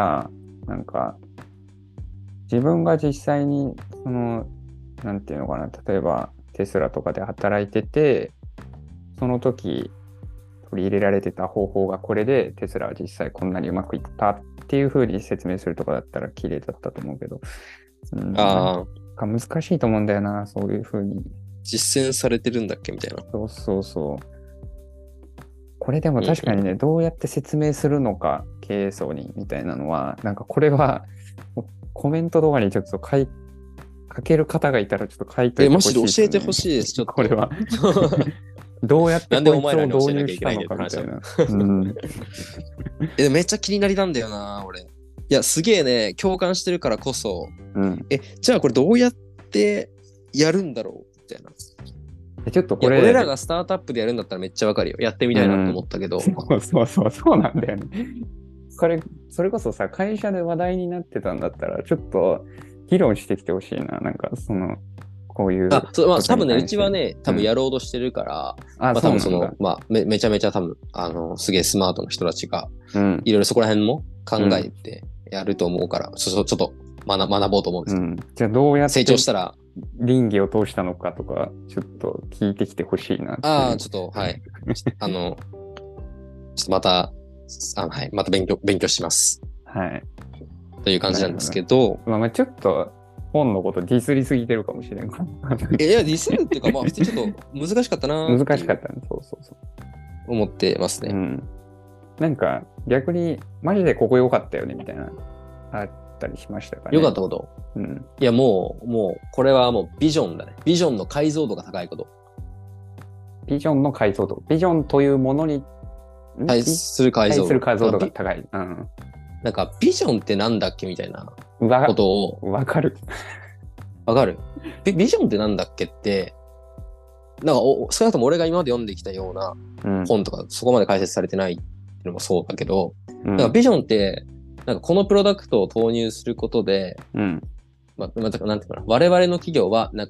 自分が実際に、なんていうのかな、例えばテスラとかで働いてて、その時取り入れられてた方法がこれで、テスラは実際こんなにうまくいったっていう風に説明するとかだったら綺麗だったと思うけど、難しいと思うんだよな、そういう風に。 実践されてるんだっけみたいな。 そう。これでも確かにね、どうやって説明するのか、経営層にみたいなのは、これはコメント動画にちょっと書ける方がいたらちょっと書いてほしい、ね。 マジで教えてほしいです、ちょっと。 これは。どうやってこいつを導入したのかみたいな。 めっちゃ気になりなんだよな、俺。いや、すげえね、共感してるからこそ、じゃあこれどうやってやるんだろうみたいな。 ちょっとこれ俺らがスタートアップでやるんだったらめっちゃわかるよ。やってみたいなと思ったけど。 そうなんだよね。それこそさ、会社で話題になってたんだったら、ちょっと議論してきてほしいな。こういう。 多分ね、うちはね、多分やろうとしてるから、多分めちゃめちゃ多分、すげえスマートな人たちが、いろいろそこら辺も考えてやると思うから、ちょっと学ぼうと思うんですけど。 じゃあどうやって成長したら、 倫理を通したのかとか、ちょっと聞いてきてほしいな。 ちょっと、はい。ちょっとまた、また勉強します。 はい。 という感じなんですけど。 ちょっと、本のことディスりすぎてるかもしれん。いや、 ディスるっていうか、普通にちょっと難しかったな。 難しかったね。そう。 思ってますね。 逆に、マジでここ良かったよね、みたいな、あったりしましたかね。 良かったこと。いや、もう、これはもうビジョンだね。ビジョンの解像度が高いこと。 ビジョンの解像度。ビジョンというものに対する解像度が高い。 ビジョンってなんだっけみたいなことを。 わかる。 ビジョンってなんだっけって、少なくとも俺が今まで読んできたような本とか、そこまで解説されてないっていうのもそうだけど、ビジョンって、このプロダクトを投入することで、なんていうかな、我々の企業は、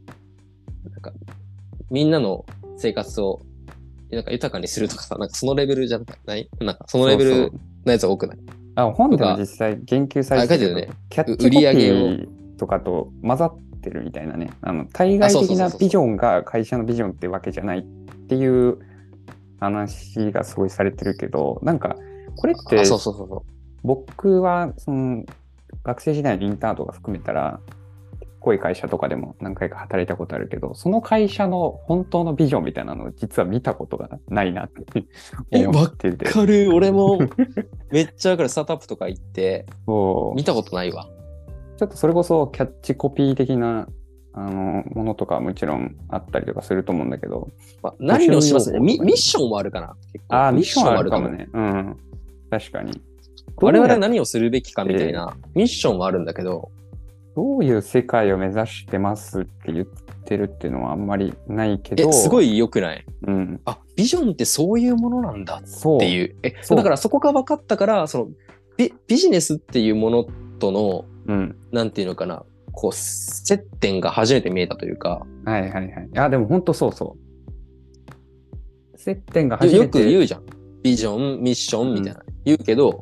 みんなの生活を、豊かにするとかさ、そのレベルじゃないそのレベルのやつは多くない？ 本でも実際言及されてるけど、キャッチコピーとかと混ざってるみたいなね。対外的なビジョンが会社のビジョンってわけじゃないっていう話がすごいされてるけど、これって、僕は学生時代のインターンとか含めたら、濃い会社とかでも何回か働いたことあるけど、その会社の本当のビジョンみたいなのを実は見たことがないなって思ってて。 わかる。俺もめっちゃわかる。スタートアップとか行って見たことないわ。 ちょっとそれこそキャッチコピー的なものとかもちろんあったりとかすると思うんだけど、 何をしますね。ミッションはあるかな。 ミッションはあるかもね。確かに。 我々は何をするべきかみたいなミッションはあるんだけど、 どういう世界を目指してますって言ってるっていうのはあんまりないけど。 すごい良くない？ うん。 あ、ビジョンってそういうものなんだっていう。だからそこが分かったから、ビジネスっていうものとの、なんていうのかな、こう、接点が初めて見えたというか。 はいはいはい。でも本当そうそう。接点が初めて。 よく言うじゃん。ビジョン、ミッションみたいな。言うけど、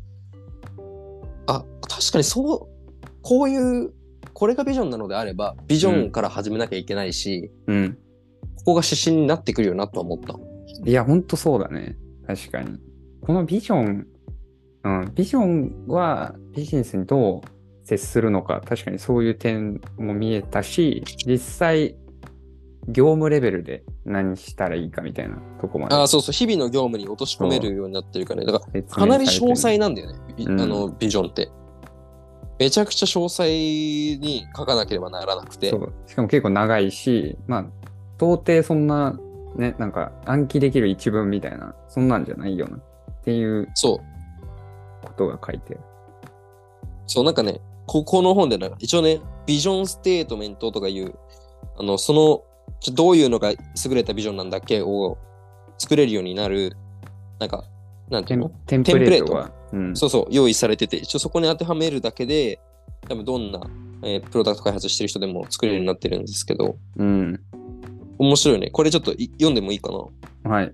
確かにこういう、これがビジョンなのであれば、ビジョンから始めなきゃいけないし、ここが指針になってくるよなと思った。 いや、ほんとそうだね。確かに。このビジョン、ビジョンはビジネスにどう接するのか、確かにそういう点も見えたし、実際、業務レベルで何したらいいかみたいなとこまで。 そうそう、日々の業務に落とし込めるようになってるからね。だから、かなり詳細なんだよね。ビジョンって。めちゃくちゃ詳細に書かなければならなくて。 そう。しかも結構長いし、到底そんな、ね、なんか暗記できる一文みたいな、そんなんじゃないよなっていうことが書いてる。 そう、なんかね、この本で一応ね、ビジョンステートメントとかいう、どういうのが優れたビジョンなんだっけを作れるようになる、なんていうの？ テンプレートが。 そうそう、用意されてて、一応そこに当てはめるだけで、多分どんな、プロダクト開発してる人でも作れるようになってるんですけど、面白いね。これちょっと読んでもいいかな？ はい。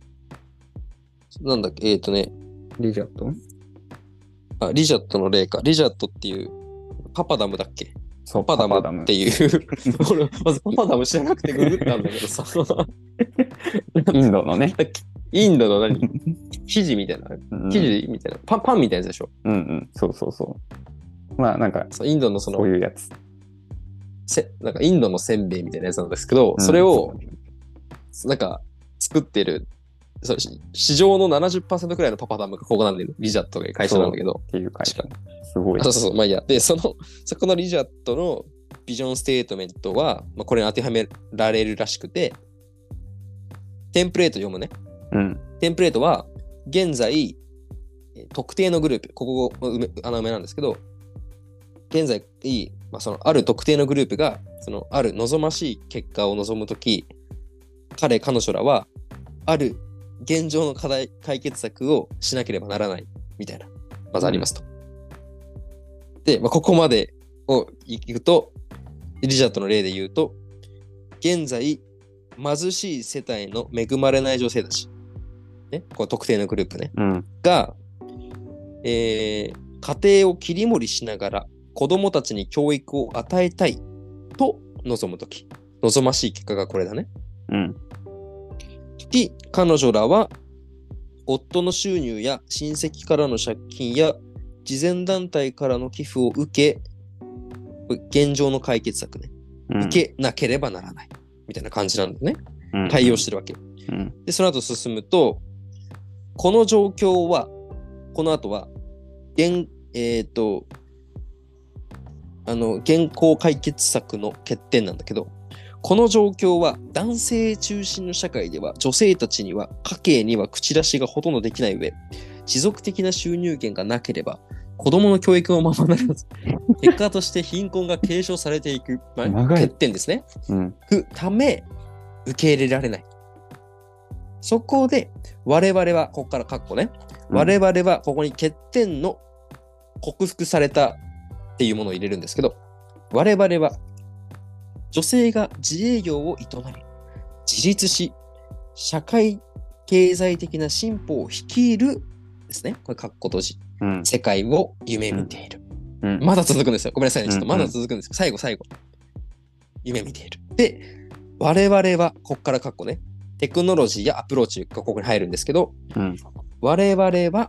なんだっけ、 リジャット？ リジャットの例か。リジャットっていう、パパダムだっけ？ そう、 パパダムっていう俺まずパパダム知らなくてググったんだけどさインドのね、 インドの生地みたいな、生地みたいな、パンみたいなやつでしょ。 そうそうそう。なんかインドのそういうやつ、 なんかインドのせんべいみたいなやつなんですけど、それをなんか作ってる市場の 70% くらいのパパダムがここなんで、リジャットが会社なんだけど。 っていう会社。すごい。 そう、まあいいや。で、そこのリジャットのビジョンステートメントは、これに当てはめられるらしくて、テンプレート読むね。テンプレートは、現在、特定のグループ、ここ穴埋めなんですけど、現在、ある特定のグループが、ある望ましい結果を望むとき、彼女らは、ある現状の課題解決策をしなければならないみたいな、まずありますと。で、ここまでを行くと、リジャットの例で言うと、現在、貧しい世帯の恵まれない女性たち、ね、これ特定のグループね、が、家庭を切り盛りしながら子供たちに教育を与えたいと望むとき、望ましい結果がこれだね。彼女らは夫の収入や親戚からの借金や慈善団体からの寄付を受け、現状の解決策ね、受けなければならないみたいな感じなんだね。対応してるわけ。で、その後進むと、この状況は、この後は、現行解決策の欠点なんだけど、この状況は男性中心の社会では女性たちには家計には口出しがほとんどできない上、持続的な収入源がなければ子供の教育もままならず、結果として貧困が継承されていく、欠点ですね。ため受け入れられない。そこで我々はここからカッコね、我々はここに欠点の克服されたっていうものを入れるんですけど、我々は女性が自営業を営み、自立し、社会経済的な進歩を率いるですね。これ、カッコ閉じ。世界を夢見ている。まだ続くんですよ。ごめんなさいね。ちょっとまだ続くんですけど、最後。夢見ている。で、我々は、ここからカッコね。テクノロジーやアプローチがここに入るんですけど、我々は、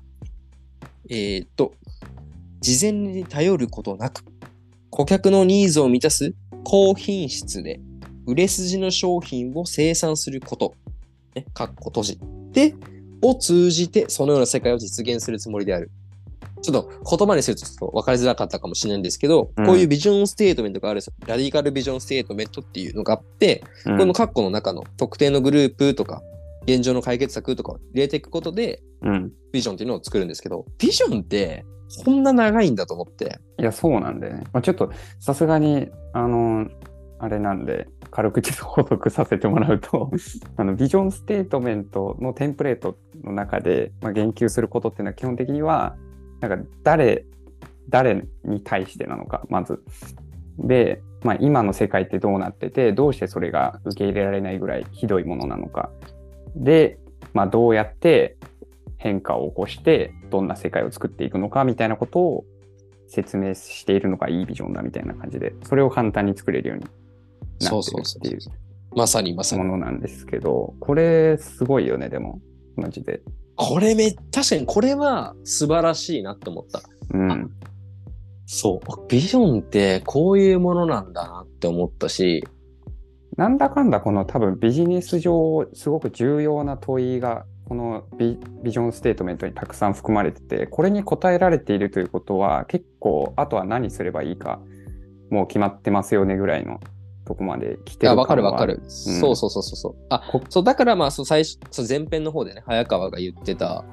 事前に頼ることなく、顧客のニーズを満たす高品質で売れ筋の商品を生産すること、ね、かっこ閉じでを通じてそのような世界を実現するつもりである。ちょっと言葉にするとちょっと分かりづらかったかもしれないんですけど、こういうビジョンステートメントがある、ラディカルビジョンステートメントっていうのがあって、このカッコの中の特定のグループとか現状の解決策とかを入れていくことで、ビジョンっていうのを作るんですけど、ビジョンってこんな長いんだと思って。 いや、そうなんだよね。まあ、ちょっと、さすがに、あれなんで、軽口で補足させてもらうとビジョンステートメントのテンプレートの中で、まあ、言及することっていうのは基本的には、なんか誰に対してなのか、まず。で、まあ、今の世界ってどうなってて、どうしてそれが受け入れられないぐらいひどいものなのか。で、まあ、どうやって変化を起こして、どんな世界を作っていくのかみたいなことを説明しているのがいいビジョンだみたいな感じで、それを簡単に作れるようになってるっていうまさにまさに。 ものなんですけど、これすごいよね、でも、マジで。 確かにこれは素晴らしいなって思った。 うん。 そう。ビジョンってこういうものなんだなって思ったし、 なんだかんだこの多分ビジネス上すごく重要な問いがこのビジョンステートメントにたくさん含まれてて、これに答えられているということは結構あとは何すればいいかもう決まってますよねぐらいのとこまで来てるわかる感はある。 わかる。そうそうそうそう。そうだからまあ最初前編の方でね、早川が言ってた、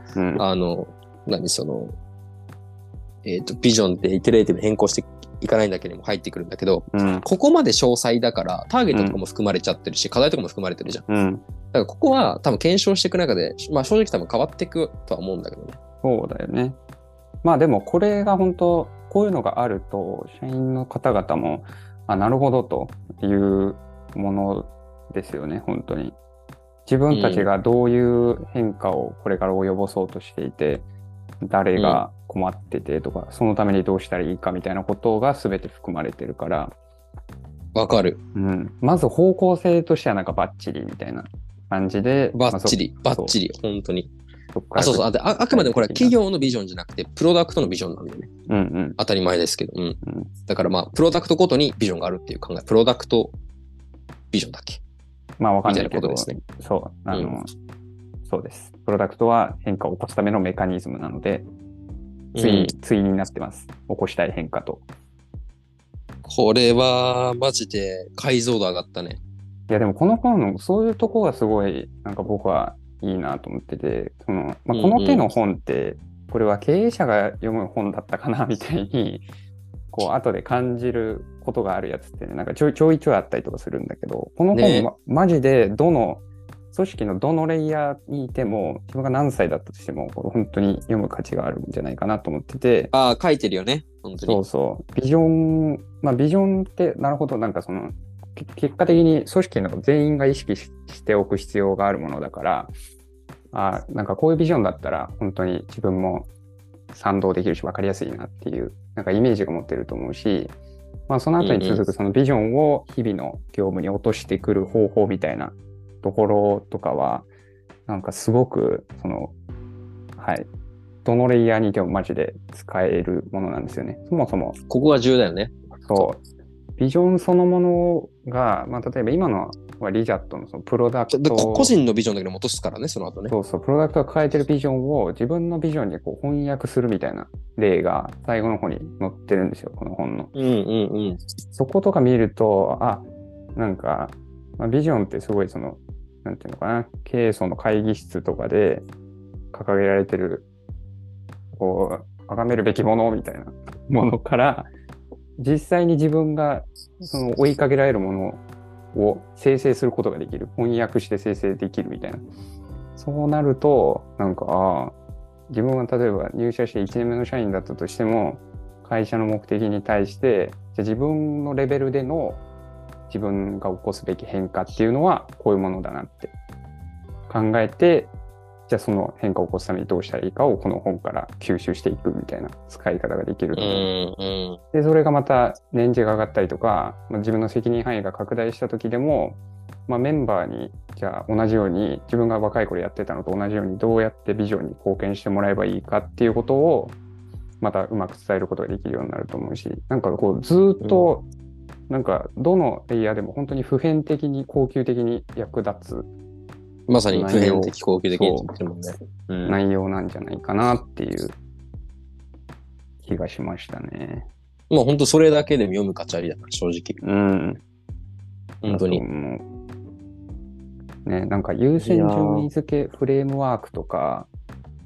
ビジョンってイテレーティブに変更していかないんだけども入ってくるんだけど、ここまで詳細だからターゲットとかも含まれちゃってるし、課題とかも含まれてるじゃん。だからここは多分検証していく中で、まあ正直多分変わっていくとは思うんだけどね。 そうだよね。まあでもこれが本当こういうのがあると社員の方々もなるほどというものですよね、本当に。自分たちがどういう変化をこれから及ぼそうとしていて、誰が困っててとか、そのためにどうしたらいいかみたいなことが全て含まれてるから。 わかる。 まず方向性としてはなんかバッチリみたいな感じで。 バッチリ、本当に。そうそう。あくまでもこれは企業のビジョンじゃなくて、プロダクトのビジョンなんだよね。当たり前ですけど。だからまあ、プロダクトごとにビジョンがあるっていう考え。プロダクトビジョンだっけ？ まあ、わかんないけど、 みたいなことですね。 そう。そうです。プロダクトは変化を起こすためのメカニズムなので、対になってます。起こしたい変化と。 これは、マジで解像度上がったね。 いや、でもこの本のそういうとこがすごい、なんか僕はいいなと思ってて、この手の本って、これは経営者が読む本だったかなみたいに、こう、後で感じることがあるやつってね、なんかちょいちょいあったりとかするんだけど、この本、マジでどの、組織のどのレイヤーにいても、自分が何歳だったとしても、これ本当に読む価値があるんじゃないかなと思ってて。 書いてるよね。本当に。 そうそう。ビジョンって、なるほど、なんか結果的に組織の全員が意識しておく必要があるものだから、なんかこういうビジョンだったら、本当に自分も賛同できるし分かりやすいなっていう、なんかイメージが持ってると思うし、その後に続くそのビジョンを日々の業務に落としてくる方法みたいなところとかは、なんかすごく、どのレイヤーにいてもマジで使えるものなんですよね。そもそも。 ここが重要だよね。 そう。ビジョンそのものが、例えば今のはリジャットのそのプロダクト。 個人のビジョンだけでも落とすからね、その後ね。 そうそう、プロダクトが抱えてるビジョンを自分のビジョンにこう翻訳するみたいな例が最後の方に載ってるんですよ、この本の。そことか見ると、なんか、ビジョンってすごいなんていうのかな、経営層の会議室とかで掲げられてる、こう、崇めるべきものみたいなものから、実際に自分が追いかけられるものを生成することができる。翻訳して生成できるみたいな。そうなると、なんか、自分は例えば入社して1年目の社員だったとしても、会社の目的に対して、じゃ自分のレベルでの自分が起こすべき変化っていうのはこういうものだなって考えて、じゃあその変化を起こすためにどうしたらいいかをこの本から吸収していくみたいな使い方ができると思う。で、それがまた年次が上がったりとか、自分の責任範囲が拡大した時でも、メンバーにじゃあ同じように自分が若い頃やってたのと同じようにどうやってビジョンに貢献してもらえばいいかっていうことをまたうまく伝えることができるようになると思うし、なんかこうずっとなんかどのレイヤーでも本当に普遍的に恒久的に役立つ、 まさに普遍的恒久的にってもんね、 内容なんじゃないかなっていう気がしましたね。 もう本当それだけでも読む価値ありだな、正直。本当に。 ね、なんか優先順位付けフレームワークとか、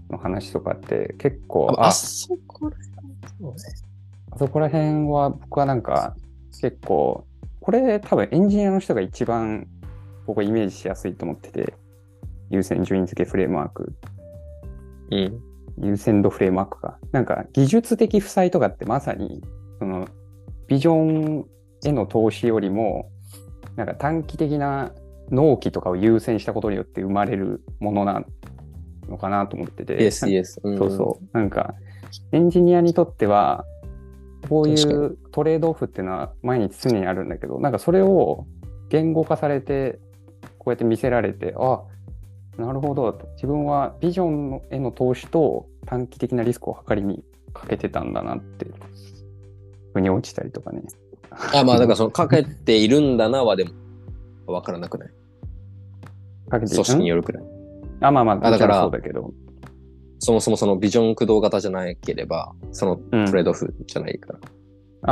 の話とかって結構、 あそこらそうね。 あそこら辺は僕はなんか結構、これ多分エンジニアの人が一番僕はイメージしやすいと思ってて、優先順位付けフレームワーク。 うん。 優先度フレームワークか。なんか技術的負債とかってまさに、そのビジョンへの投資よりも、なんか短期的な納期とかを優先したことによって生まれるものなのかなと思ってて。 Yes, yes。 そうそう。なんかエンジニアにとっては、こういうトレードオフっていうのは毎日常にあるんだけど、なんかそれを言語化されて、こうやって見せられて、あ、なるほど。自分はビジョンへの投資と短期的なリスクを測りにかけてたんだなって、腑に落ちたりとかね。 まあだからそのかけているんだなはでもわからなくない？ かけて組織によるくらい。 まあまあ、 だからそうだけど。 そもそもそのビジョン駆動型じゃなければ、そのトレードオフじゃないから。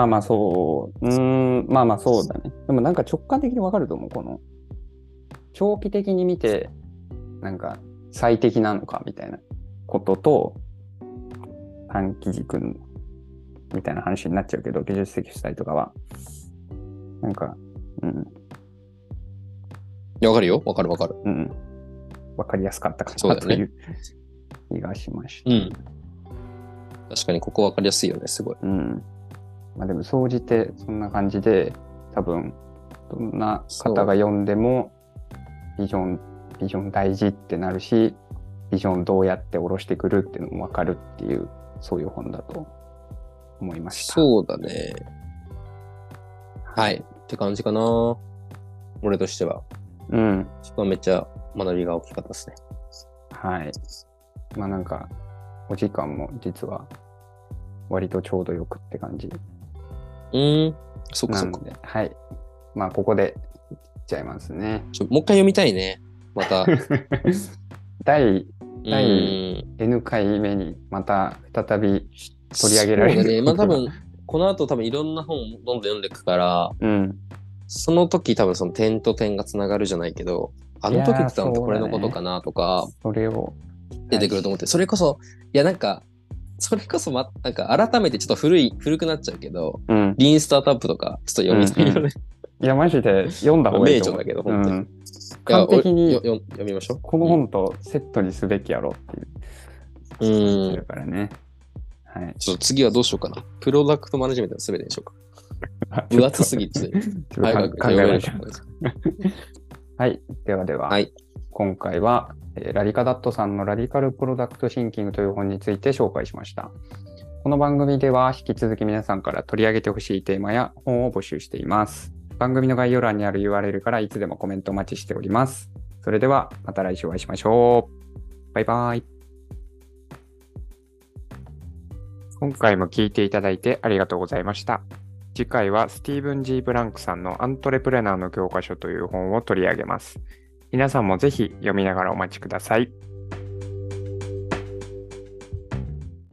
まあそう。まあまあそうだね。でもなんか直感的にわかると思う。この、長期的に見て、なんか最適なのかみたいなことと、短期軸みたいな話になっちゃうけど、技術的負債とかは。なんか、 いや、わかるよ。わかる。 わかりやすかったかなという気がしました。 確かにここわかりやすいよね、すごい。 まあでも、総じてそんな感じで、多分、どんな方が読んでも、ビジョン大事ってなるし、ビジョンどうやって下ろしてくるっていうのもわかるっていう、そういう本だと思いました。 そうだね。はい。って感じかな。俺としては。そこはめっちゃ学びが大きかったですね。 はい。まあなんか、お時間も実は割とちょうどよくって感じ。 そっか。 はい。まあここでいっちゃいますね。 もう一回読みたいね。また。 第 N 回目にまた再び取り上げられる。 そうだね。まあ多分、この後多分いろんな本をどんどん読んでいくから、その時多分その点と点がつながるじゃないけど、あの時ってこれのことかなとか、 それを出てくると思って、それこそ、なんか改めてちょっと古くなっちゃうけど、リーンスタートアップとかちょっと読みたいよね。 いや、マジで読んだ方がいいと思う。 名著だけど、本当に。 完璧に読みましょう。 この本とセットにすべきやろっていう。だからね。はい。 ちょっと次はどうしようかな。プロダクトマネジメントのすべてにしようか。分厚すぎて。 考えましょう。はい。では、今回は、ラディカダットさんのラディカルプロダクトシンキングという本について紹介しました。この番組では引き続き皆さんから取り上げてほしいテーマや本を募集しています。番組の概要欄にある URL からいつでもコメントお待ちしております。それではまた来週お会いしましょう。バイバイ。今回も聞いていただいてありがとうございました。次回はスティーブン・G. ブランクさんのアントレプレナーの教科書という本を取り上げます。皆さんもぜひ読みながらお待ちください。